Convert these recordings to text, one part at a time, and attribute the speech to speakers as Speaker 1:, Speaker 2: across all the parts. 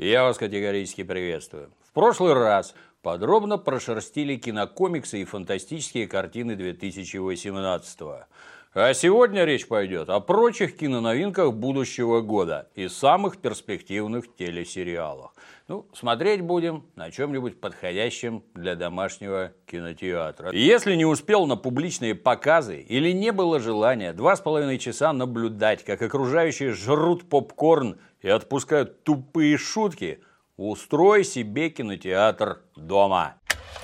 Speaker 1: Я вас категорически приветствую. В прошлый раз подробно прошерстили кинокомиксы и фантастические картины 2018-го. А сегодня речь пойдет о прочих киноновинках будущего года и самых перспективных телесериалах. Смотреть будем на чем-нибудь подходящем для домашнего кинотеатра. Если не успел на публичные показы или не было желания 2,5 часа наблюдать, как окружающие жрут попкорн и отпускают тупые шутки, устрой себе кинотеатр дома.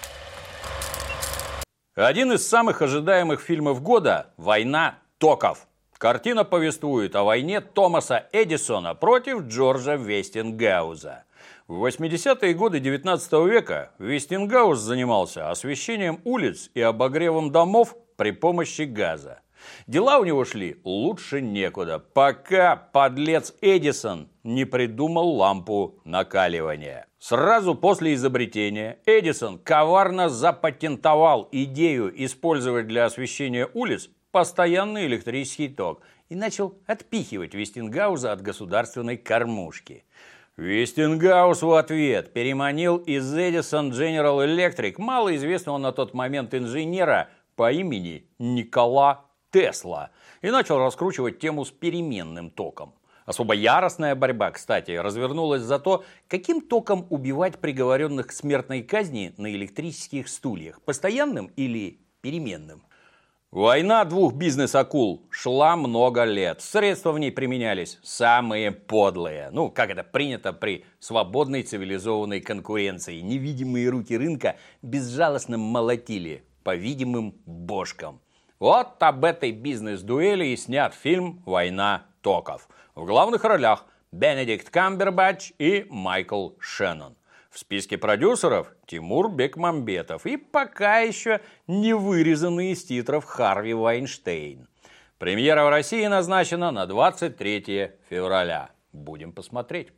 Speaker 1: Один из самых ожидаемых фильмов года – «Война токов». Картина повествует о войне Томаса Эдисона против Джорджа Вестингауза. В 80-е годы 19 века Вестингаус занимался освещением улиц и обогревом домов при помощи газа. Дела у него шли лучше некуда, пока подлец Эдисон не придумал лампу накаливания. Сразу после изобретения Эдисон коварно запатентовал идею использовать для освещения улиц постоянный электрический ток и начал отпихивать Вестингауза от государственной кормушки. Вестингаус в ответ переманил из Edison General Electric малоизвестного на тот момент инженера по имени Никола Тесла и начал раскручивать тему с переменным током. Особо яростная борьба, кстати, развернулась за то, каким током убивать приговоренных к смертной казни на электрических стульях, постоянным или переменным. Война двух бизнес-акул шла много лет. Средства в ней применялись самые подлые. Как это принято при свободной цивилизованной конкуренции. Невидимые руки рынка безжалостно молотили по видимым бошкам. Вот об этой бизнес-дуэли и снят фильм «Война токов». В главных ролях Бенедикт Камбербэтч и Майкл Шеннон. В списке продюсеров Тимур Бекмамбетов и пока еще не вырезанный из титров Харви Вайнштейн. Премьера в России назначена на 23 февраля. Будем посмотреть.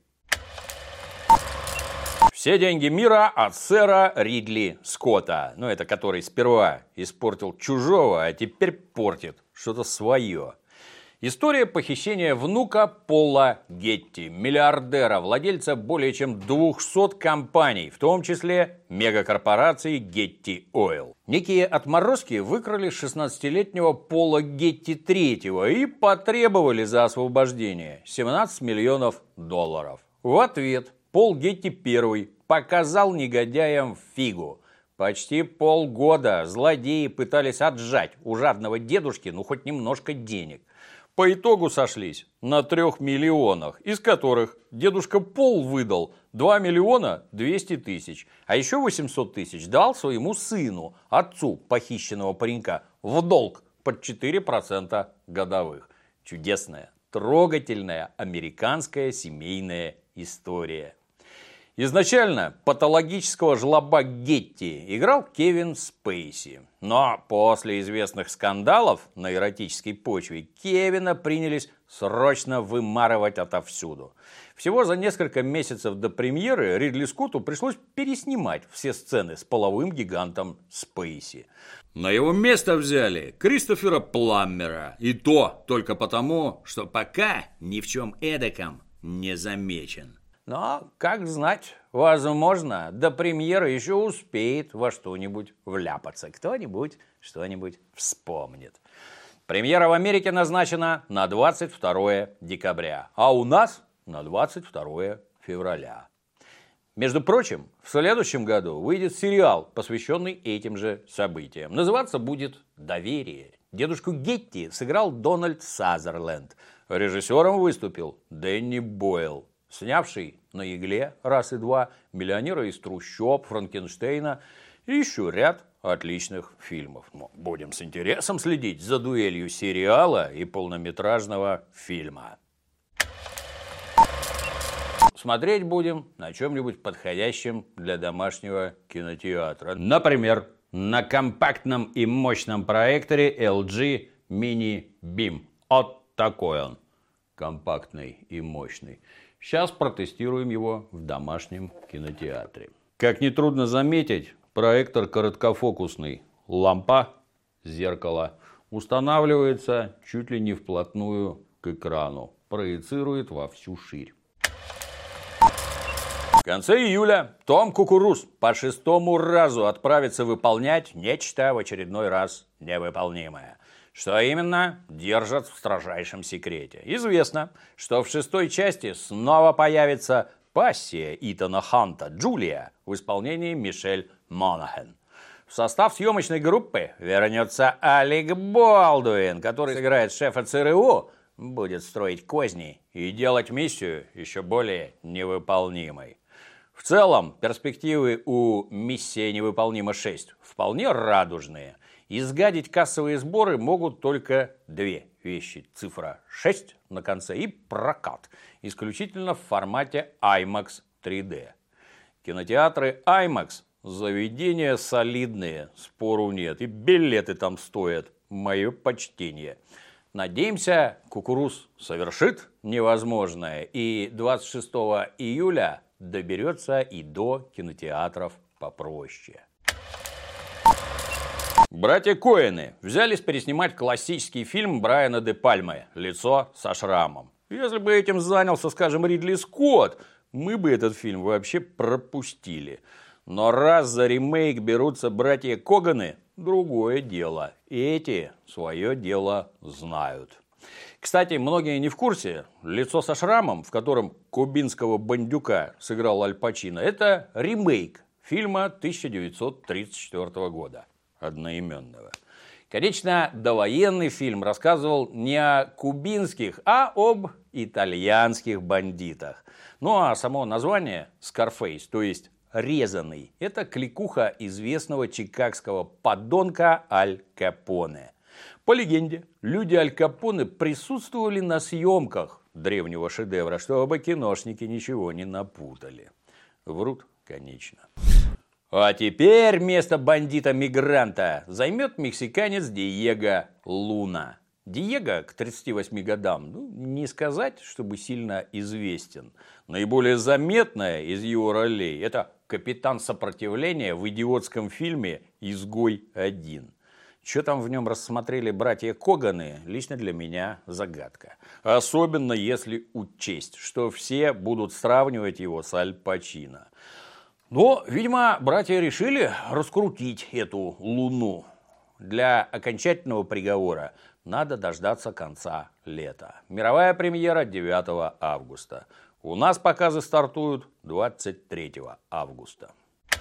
Speaker 1: Все деньги мира от сэра Ридли Скотта. Это который сперва испортил «Чужого», а теперь портит что-то свое. История похищения внука Пола Гетти, миллиардера, владельца более чем 200 компаний, в том числе мегакорпорации Getty Oil. Некие отморозки выкрали 16-летнего Пола Гетти III и потребовали за освобождение $17 миллионов. В ответ Пол Гетти I показал негодяям фигу. Почти полгода злодеи пытались отжать у жадного дедушки хоть немножко денег. По итогу сошлись на 3 миллионах, из которых дедушка Пол выдал 2 миллиона 200 тысяч, а еще 800 тысяч дал своему сыну, отцу похищенного паренька, в долг под 4% годовых. Чудесная, трогательная американская семейная история. Изначально патологического жлоба Гетти играл Кевин Спейси. Но после известных скандалов на эротической почве Кевина принялись срочно вымарывать отовсюду. Всего за несколько месяцев до премьеры Ридли Скотту пришлось переснимать все сцены с половым гигантом Спейси. На его место взяли Кристофера Пламмера. И то только потому, что пока ни в чем эдаком не замечен. Но, как знать, возможно, до премьеры еще успеет во что-нибудь вляпаться. Кто-нибудь что-нибудь вспомнит. Премьера в Америке назначена на 22 декабря, а у нас на 22 февраля. Между прочим, в следующем году выйдет сериал, посвященный этим же событиям. Называться будет «Доверие». Дедушку Гетти сыграл Дональд Сазерленд. Режиссером выступил Дэнни Бойл, снявший «На игле» раз и два, «Миллионера из трущоб», «Франкенштейна» и еще ряд отличных фильмов. Будем с интересом следить за дуэлью сериала и полнометражного фильма. Смотреть будем на чем-нибудь подходящем для домашнего кинотеатра. Например, на компактном и мощном проекторе LG Mini Beam. Вот такой он. Компактный и мощный. Сейчас протестируем его в домашнем кинотеатре. Как нетрудно заметить, проектор короткофокусный. Лампа, зеркало. Устанавливается чуть ли не вплотную к экрану. Проецирует во всю ширь. В конце июля Том Кукуруз по 6-му разу отправится выполнять нечто в очередной раз невыполнимое. Что именно, держат в строжайшем секрете. Известно, что в 6-й части снова появится пассия Итана Ханта, Джулия, в исполнении Мишель Монахэн. В состав съемочной группы вернется Алек Болдуин, который сыграет шефа ЦРУ, будет строить козни и делать миссию еще более невыполнимой. В целом, перспективы у «Миссия невыполнима 6» вполне радужные. Изгадить кассовые сборы могут только две вещи. Цифра 6 на конце и прокат. Исключительно в формате IMAX 3D. Кинотеатры IMAX – заведения солидные, спору нет. И билеты там стоят. Мое почтение. Надеемся, Кукуруз совершит невозможное. И 26 июля доберется и до кинотеатров попроще. Братья Коэны взялись переснимать классический фильм Брайана де Пальмы «Лицо со шрамом». Если бы этим занялся, скажем, Ридли Скотт, мы бы этот фильм вообще пропустили. Но раз за ремейк берутся братья Коганы, другое дело. Эти свое дело знают. Кстати, многие не в курсе, «Лицо со шрамом», в котором кубинского бандюка сыграл Аль Пачино, это ремейк фильма 1934 года, одноименного. Конечно, довоенный фильм рассказывал не о кубинских, а об итальянских бандитах. Ну а само название «Скарфейс», то есть «резаный», это кликуха известного чикагского подонка Аль Капоне. По легенде, люди Аль Капоне присутствовали на съемках древнего шедевра, чтобы киношники ничего не напутали. Врут, конечно. А теперь место бандита-мигранта займет мексиканец Диего Луна. Диего к 38 годам, не сказать, чтобы сильно известен. Наиболее заметная из его ролей – это капитан сопротивления в идиотском фильме «Изгой-1». Что там в нем рассмотрели братья Коганы, лично для меня загадка. Особенно если учесть, что все будут сравнивать его с Аль Пачино. Но, видимо, братья решили раскрутить эту Луну. Для окончательного приговора надо дождаться конца лета. Мировая премьера 9 августа. У нас показы стартуют 23 августа.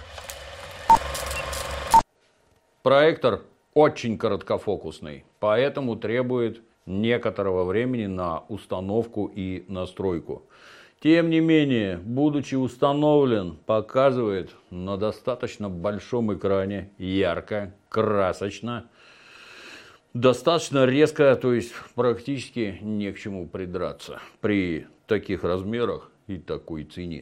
Speaker 1: Проектор очень короткофокусный, поэтому требует некоторого времени на установку и настройку. Тем не менее, будучи установлен, показывает на достаточно большом экране ярко, красочно, достаточно резко, то есть практически не к чему придраться при таких размерах и такой цене.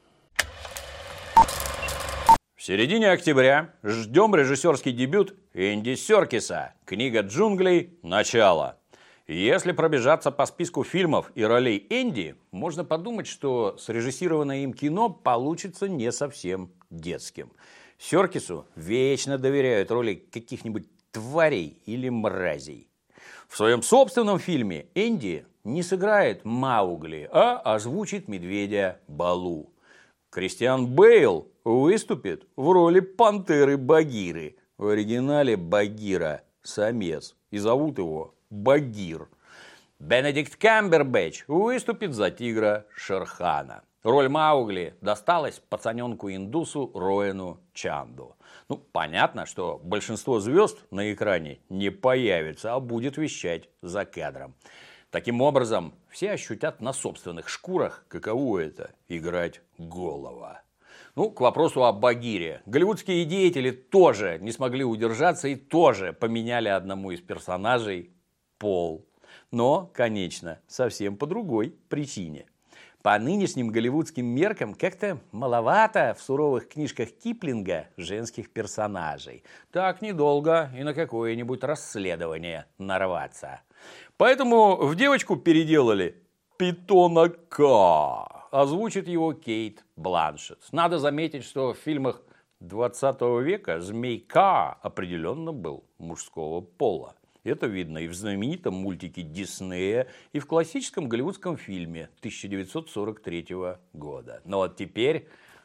Speaker 1: В середине октября ждем режиссерский дебют Энди Серкиса «Книга джунглей. Начало». Если пробежаться по списку фильмов и ролей Энди, можно подумать, что срежиссированное им кино получится не совсем детским. Серкису вечно доверяют роли каких-нибудь тварей или мразей. В своем собственном фильме Энди не сыграет Маугли, а озвучит медведя Балу. Кристиан Бейл выступит в роли пантеры Багиры. В оригинале Багира – самец, и зовут его Багир. Бенедикт Камбербэтч выступит за тигра Шерхана. Роль Маугли досталась пацаненку-индусу Роэну Чанду. Понятно, что большинство звезд на экране не появится, а будет вещать за кадром. Таким образом, все ощутят на собственных шкурах, каково это – играть голого. К вопросу о Багире. Голливудские деятели тоже не смогли удержаться и тоже поменяли одному из персонажей пол. Но, конечно, совсем по другой причине. По нынешним голливудским меркам как-то маловато в суровых книжках Киплинга женских персонажей. Так недолго и на какое-нибудь расследование нарваться. Поэтому в девочку переделали Питона К. Озвучит его Кейт Бланшетт. Надо заметить, что в фильмах 20 века Змей К определенно был мужского пола. Это видно и в знаменитом мультике Диснея, и в классическом голливудском фильме 1943 года. Но вот теперь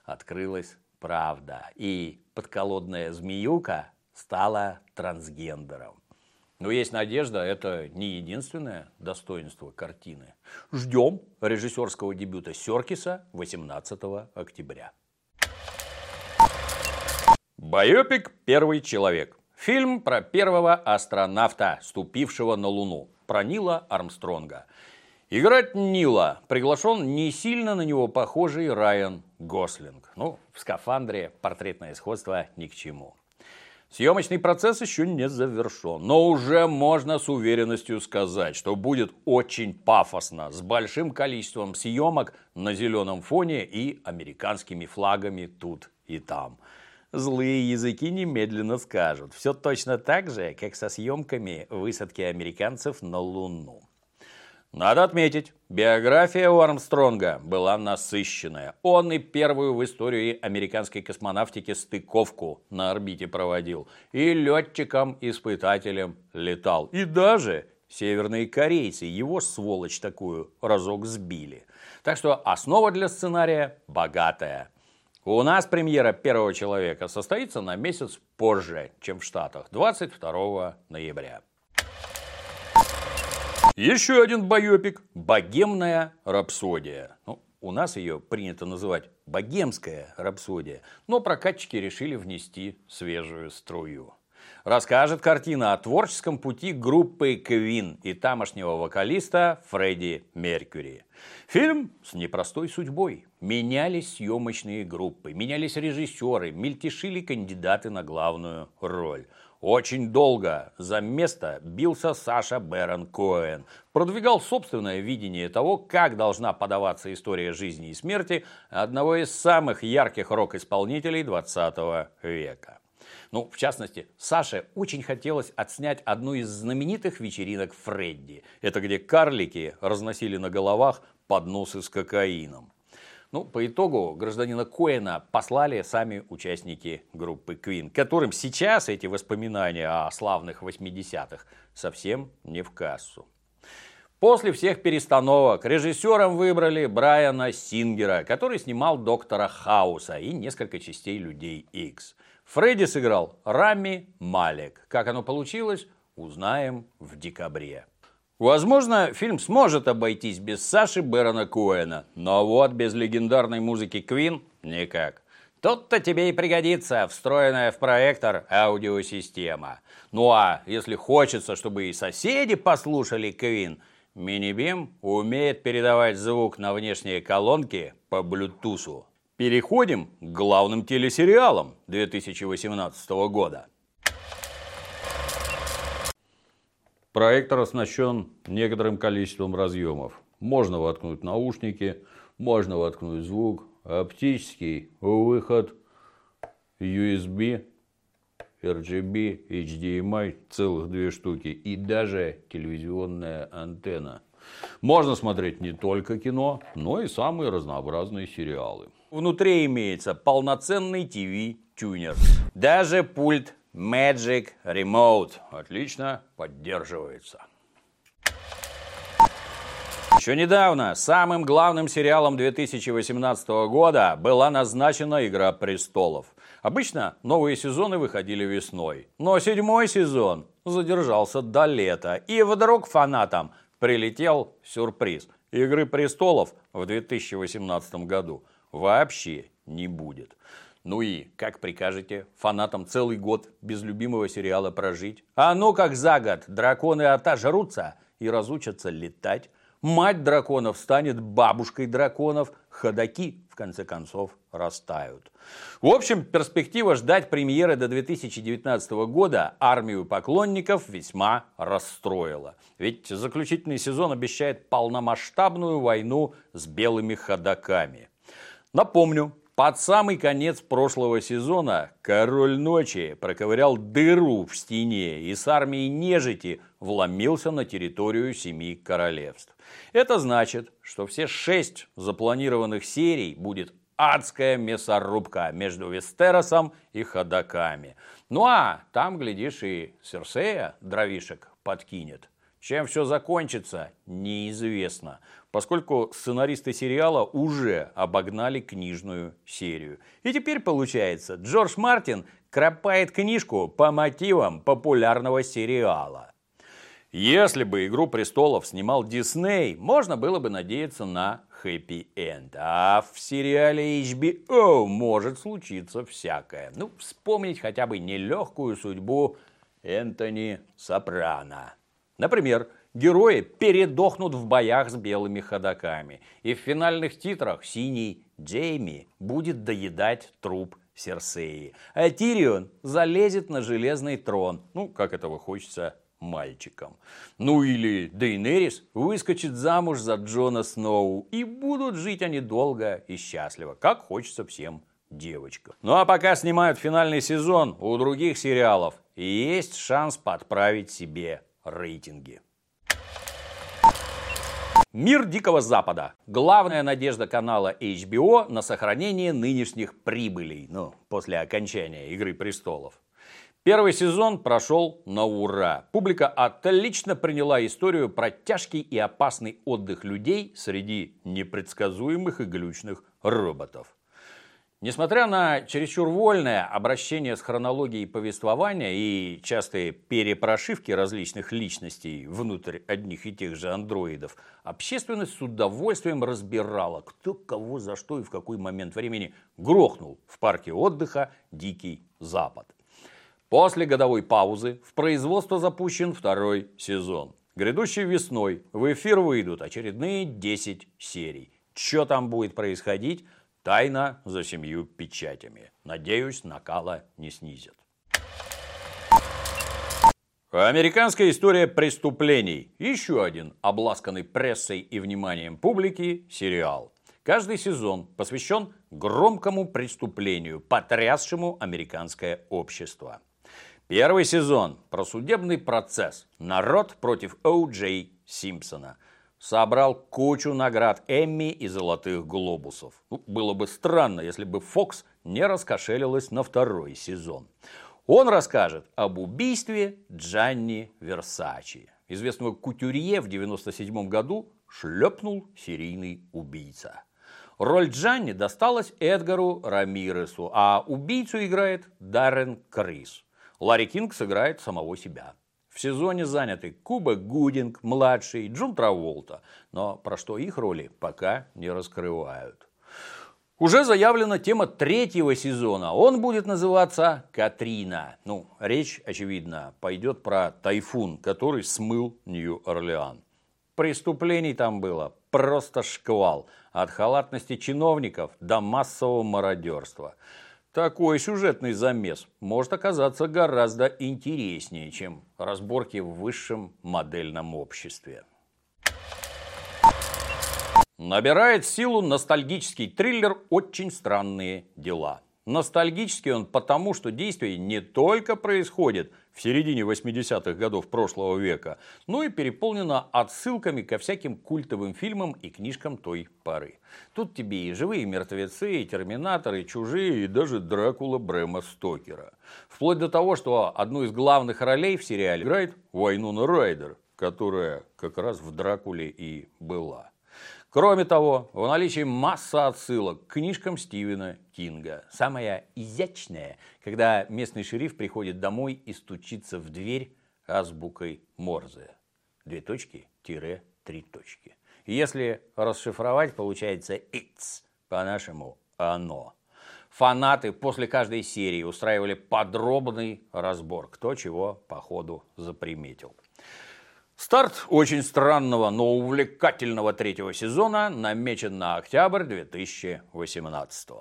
Speaker 1: открылась правда. И подколодная змеюка стала трансгендером. Но есть надежда, это не единственное достоинство картины. Ждем режиссерского дебюта Серкиса 18 октября. Байопик «Первый человек». Фильм про первого астронавта, ступившего на Луну, про Нила Армстронга. Играть Нила приглашен не сильно на него похожий Райан Гослинг. Ну, в скафандре портретное сходство ни к чему. Съемочный процесс еще не завершен, но уже можно с уверенностью сказать, что будет очень пафосно, с большим количеством съемок на зеленом фоне и американскими флагами тут и там. Злые языки немедленно скажут, все точно так же, как со съемками высадки американцев на Луну. Надо отметить, биография у Армстронга была насыщенная. Он и первую в истории американской космонавтики стыковку на орбите проводил. И летчиком-испытателем летал. И даже северные корейцы его, сволочь такую, разок сбили. Так что основа для сценария богатая. У нас премьера «Первого человека» состоится на месяц позже, чем в Штатах, 22 ноября. Еще один байопик – «Богемная рапсодия». Ну, у нас ее принято называть «Богемская рапсодия», но прокатчики решили внести свежую струю. Расскажет картина о творческом пути группы Queen и тамошнего вокалиста Фредди Меркьюри. Фильм с непростой судьбой. Менялись съемочные группы, менялись режиссеры, мельтешили кандидаты на главную роль. Очень долго за место бился Саша Берон Коэн. Продвигал собственное видение того, как должна подаваться история жизни и смерти одного из самых ярких рок-исполнителей 20 века. Ну, в частности, Саше очень хотелось отснять одну из знаменитых вечеринок Фредди. Это где карлики разносили на головах подносы с кокаином. Ну, по итогу гражданина Коэна послали сами участники группы Queen, которым сейчас эти воспоминания о славных 80-х совсем не в кассу. После всех перестановок режиссером выбрали Брайана Сингера, который снимал «Доктора Хауса» и несколько частей «Людей Икс». Фредди сыграл Рами Малек. Как оно получилось, узнаем в декабре. Возможно, фильм сможет обойтись без Саши Берона Коэна, но вот без легендарной музыки Queen никак. Тут-то тебе и пригодится встроенная в проектор аудиосистема. Ну а если хочется, чтобы и соседи послушали Queen, Minibim умеет передавать звук на внешние колонки по Bluetooth. Переходим к главным телесериалам 2018 года. Проектор оснащен некоторым количеством разъемов. Можно воткнуть наушники, можно воткнуть звук, оптический выход, USB, RGB, HDMI, целых 2 штуки и даже телевизионная антенна. Можно смотреть не только кино, но и самые разнообразные сериалы. Внутри имеется полноценный TV-тюнер. Даже пульт Magic Remote отлично поддерживается. Еще недавно самым главным сериалом 2018 года была назначена «Игра престолов». Обычно новые сезоны выходили весной, но 7-й сезон задержался до лета. И вдруг фанатам прилетел сюрприз. «Игры престолов» в 2018 году вообще не будет. Ну и как прикажете фанатам целый год без любимого сериала прожить? А ну как за год драконы отожрутся и разучатся летать. Мать драконов станет бабушкой драконов. Ходаки, в конце концов, растают. В общем, перспектива ждать премьеры до 2019 года армию поклонников весьма расстроила. Ведь заключительный сезон обещает полномасштабную войну с белыми ходаками. Напомню, под самый конец прошлого сезона Король Ночи проковырял дыру в стене и с армией нежити вломился на территорию 7 королевств. Это значит, что все 6 запланированных серий будет адская мясорубка между Вестеросом и ходаками. Ну а там, глядишь, и Серсея дровишек подкинет. Чем все закончится, неизвестно, поскольку сценаристы сериала уже обогнали книжную серию. И теперь получается, Джордж Мартин кропает книжку по мотивам популярного сериала. Если бы «Игру престолов» снимал Дисней, можно было бы надеяться на хэппи-энд. А в сериале HBO может случиться всякое. Ну, вспомнить хотя бы нелегкую судьбу Энтони Сопрано. Например, герои передохнут в боях с белыми ходоками. И в финальных титрах синий Джейми будет доедать труп Серсеи. А Тирион залезет на железный трон. Ну, как этого хочется мальчикам. Ну или Дейенерис выскочит замуж за Джона Сноу. И будут жить они долго и счастливо, как хочется всем девочкам. Ну а пока снимают финальный сезон, у других сериалов есть шанс подправить себе рейтинги. Мир Дикого Запада. Главная надежда канала HBO на сохранение нынешних прибылей, после окончания «Игры престолов». Первый сезон прошел на ура. Публика отлично приняла историю про тяжкий и опасный отдых людей среди непредсказуемых и глючных роботов. Несмотря на чересчур вольное обращение с хронологией повествования и частые перепрошивки различных личностей внутрь одних и тех же андроидов, общественность с удовольствием разбирала, кто кого за что и в какой момент времени грохнул в парке отдыха «Дикий Запад». После годовой паузы в производство запущен второй сезон. Грядущей весной в эфир выйдут очередные 10 серий. Что там будет происходить? Тайна за 7 печатями. Надеюсь, накала не снизят. Американская история преступлений. Еще один обласканный прессой и вниманием публики сериал. Каждый сезон посвящен громкому преступлению, потрясшему американское общество. Первый сезон про судебный процесс «Народ против О.Джей Симпсона». Собрал кучу наград Эмми и Золотых Глобусов. Было бы странно, если бы Fox не раскошелилась на второй сезон. Он расскажет об убийстве Джанни Версачи. Известного кутюрье в 1997 году шлепнул серийный убийца. Роль Джанни досталась Эдгару Рамиресу, а убийцу играет Даррен Крис. Ларри Кинг сыграет самого себя. В сезоне заняты Куба Гудинг, младший, Джон Траволта. Но про что их роли пока не раскрывают. Уже заявлена тема третьего сезона. Он будет называться «Катрина». Речь, очевидно, пойдет про тайфун, который смыл Нью-Орлеан. Преступлений там было просто шквал. От халатности чиновников до массового мародерства. Такой сюжетный замес может оказаться гораздо интереснее, чем разборки в высшем модельном обществе. Набирает силу ностальгический триллер «Очень странные дела». Ностальгический он потому, что действие не только происходит в середине 80-х годов прошлого века, но и переполнено отсылками ко всяким культовым фильмам и книжкам той поры. Тут тебе и «Живые мертвецы», и «Терминаторы», и «Чужие», и даже «Дракула» Брэма Стокера. Вплоть до того, что одну из главных ролей в сериале играет Вайнона Райдер, которая как раз в «Дракуле» и была. Кроме того, в наличии масса отсылок к книжкам Стивена Кинга. Самая изящная, когда местный шериф приходит домой и стучится в дверь азбукой Морзе. 2 точки, -3 точки. Если расшифровать, получается «it's», по-нашему «оно». Фанаты после каждой серии устраивали подробный разбор, кто чего по ходу заприметил. Старт очень странного, но увлекательного третьего сезона намечен на октябрь 2018.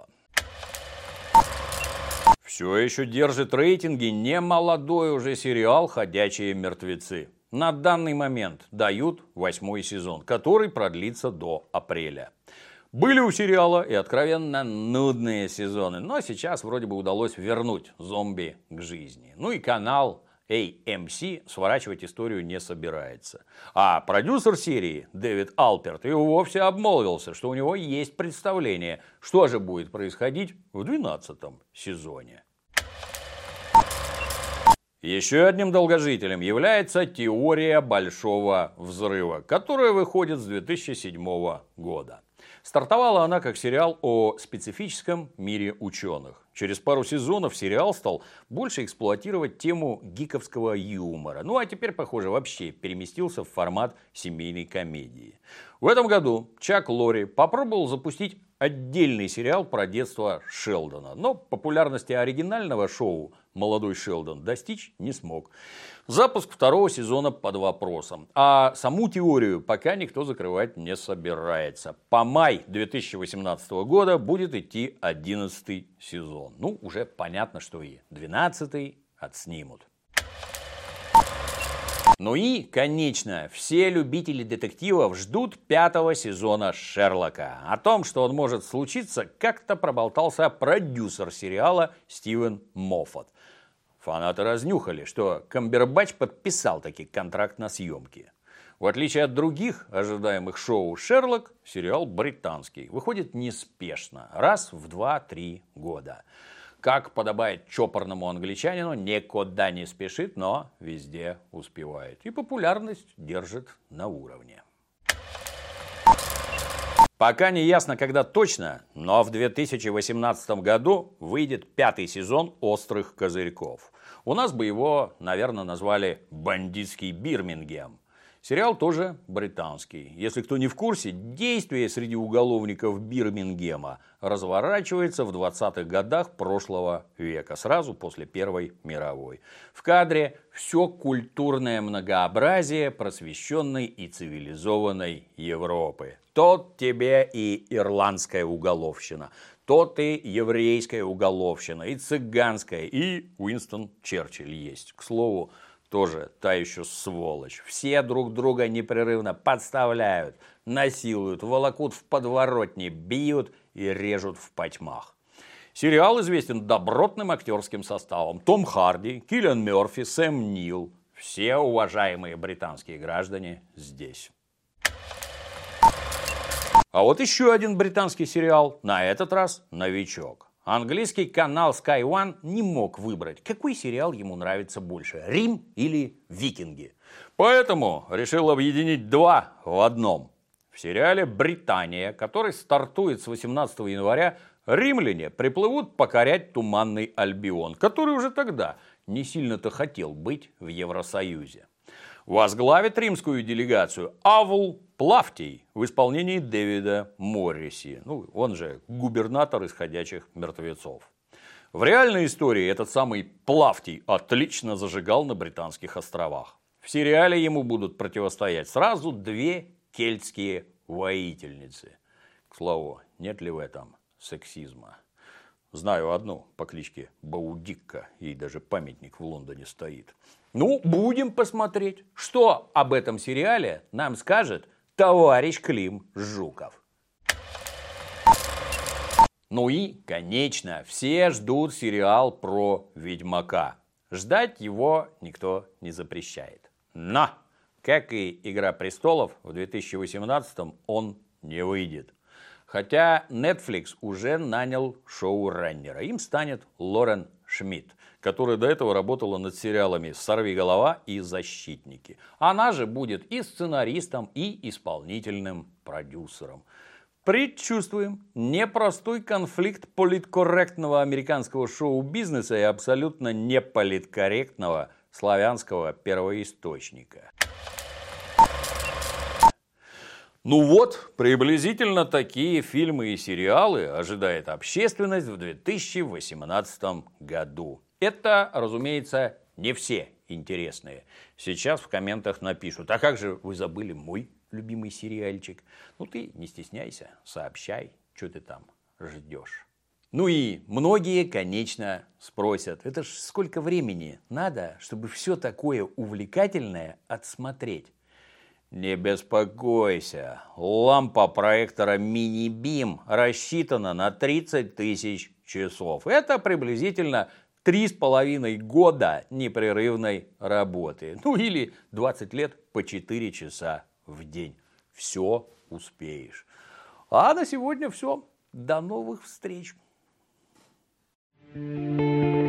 Speaker 1: Все еще держит рейтинги немолодой уже сериал «Ходячие мертвецы». На данный момент дают 8-й сезон, который продлится до апреля. Были у сериала и откровенно нудные сезоны, но сейчас вроде бы удалось вернуть зомби к жизни. И канал AMC сворачивать историю не собирается. А продюсер серии Дэвид Алперт и вовсе обмолвился, что у него есть представление, что же будет происходить в 12-м сезоне. Еще одним долгожителем является теория Большого взрыва, которая выходит с 2007 года. Стартовала она как сериал о специфическом мире ученых. Через пару сезонов сериал стал больше эксплуатировать тему гиковского юмора. Ну а теперь, похоже, вообще переместился в формат семейной комедии. В этом году Чак Лорри попробовал запустить отдельный сериал про детство Шелдона. Но популярности оригинального шоу «Молодой Шелдон» достичь не смог. Запуск второго сезона под вопросом. А саму теорию пока никто закрывать не собирается. По май 2018 года будет идти 11-й сезон. Ну, уже понятно, что и 12-й отснимут. Ну и, конечно, все любители детективов ждут 5-го сезона Шерлока. О том, что он может случиться, как-то проболтался продюсер сериала Стивен Моффат. Фанаты разнюхали, что Камбербэтч подписал таки контракт на съемки. В отличие от других ожидаемых шоу, «Шерлок» – сериал британский. Выходит неспешно, раз в 2-3 года. Как подобает чопорному англичанину, никуда не спешит, но везде успевает. И популярность держит на уровне. Пока не ясно, когда точно, но в 2018 году выйдет 5-й сезон «Острых козырьков». У нас бы его, наверное, назвали «Бандитский Бирмингем». Сериал тоже британский. Если кто не в курсе, действие среди уголовников Бирмингема разворачивается в 20-х годах прошлого века, сразу после Первой мировой. В кадре все культурное многообразие просвещенной и цивилизованной Европы. Тот тебе и ирландская уголовщина, тот и еврейская уголовщина, и цыганская, и Уинстон Черчилль есть. К слову, тоже та еще сволочь. Все друг друга непрерывно подставляют, насилуют, волокут в подворотни, бьют и режут в потьмах. Сериал известен добротным актерским составом. Том Харди, Киллиан Мерфи, Сэм Нил. Все уважаемые британские граждане здесь. А вот еще один британский сериал, на этот раз «Новичок». Английский канал Sky One не мог выбрать, какой сериал ему нравится больше – «Рим» или «Викинги». Поэтому решил объединить два в одном. В сериале «Британия», который стартует с 18 января, римляне приплывут покорять Туманный Альбион, который уже тогда не сильно-то хотел быть в Евросоюзе. Возглавит римскую делегацию Авл Плавтий в исполнении Дэвида Морриси, он же губернатор исходящих мертвецов. В реальной истории этот самый Плавтий отлично зажигал на Британских островах. В сериале ему будут противостоять сразу две кельтские воительницы. К слову, нет ли в этом сексизма? Знаю одну по кличке Баудикка, ей даже памятник в Лондоне стоит. Будем посмотреть, что об этом сериале нам скажет товарищ Клим Жуков. И, конечно, все ждут сериал про Ведьмака. Ждать его никто не запрещает. Но, как и «Игра престолов», в 2018 он не выйдет. Хотя Netflix уже нанял шоураннера. Им станет Лорен Шмидт, которая до этого работала над сериалами «Сорвиголова» и «Защитники». Она же будет и сценаристом, и исполнительным продюсером. Предчувствуем непростой конфликт политкорректного американского шоу-бизнеса и абсолютно неполиткорректного славянского первоисточника. Приблизительно такие фильмы и сериалы ожидает общественность в 2018 году. Это, разумеется, не все интересные. Сейчас в комментах напишут: а как же вы забыли мой любимый сериальчик? Ты не стесняйся, сообщай, что ты там ждешь. И многие, конечно, спросят: это ж сколько времени надо, чтобы все такое увлекательное отсмотреть? Не беспокойся, лампа проектора Mini-Beam рассчитана на 30 тысяч часов. Это приблизительно 3,5 года непрерывной работы. Или 20 лет по 4 часа в день. Все успеешь. А на сегодня все. До новых встреч.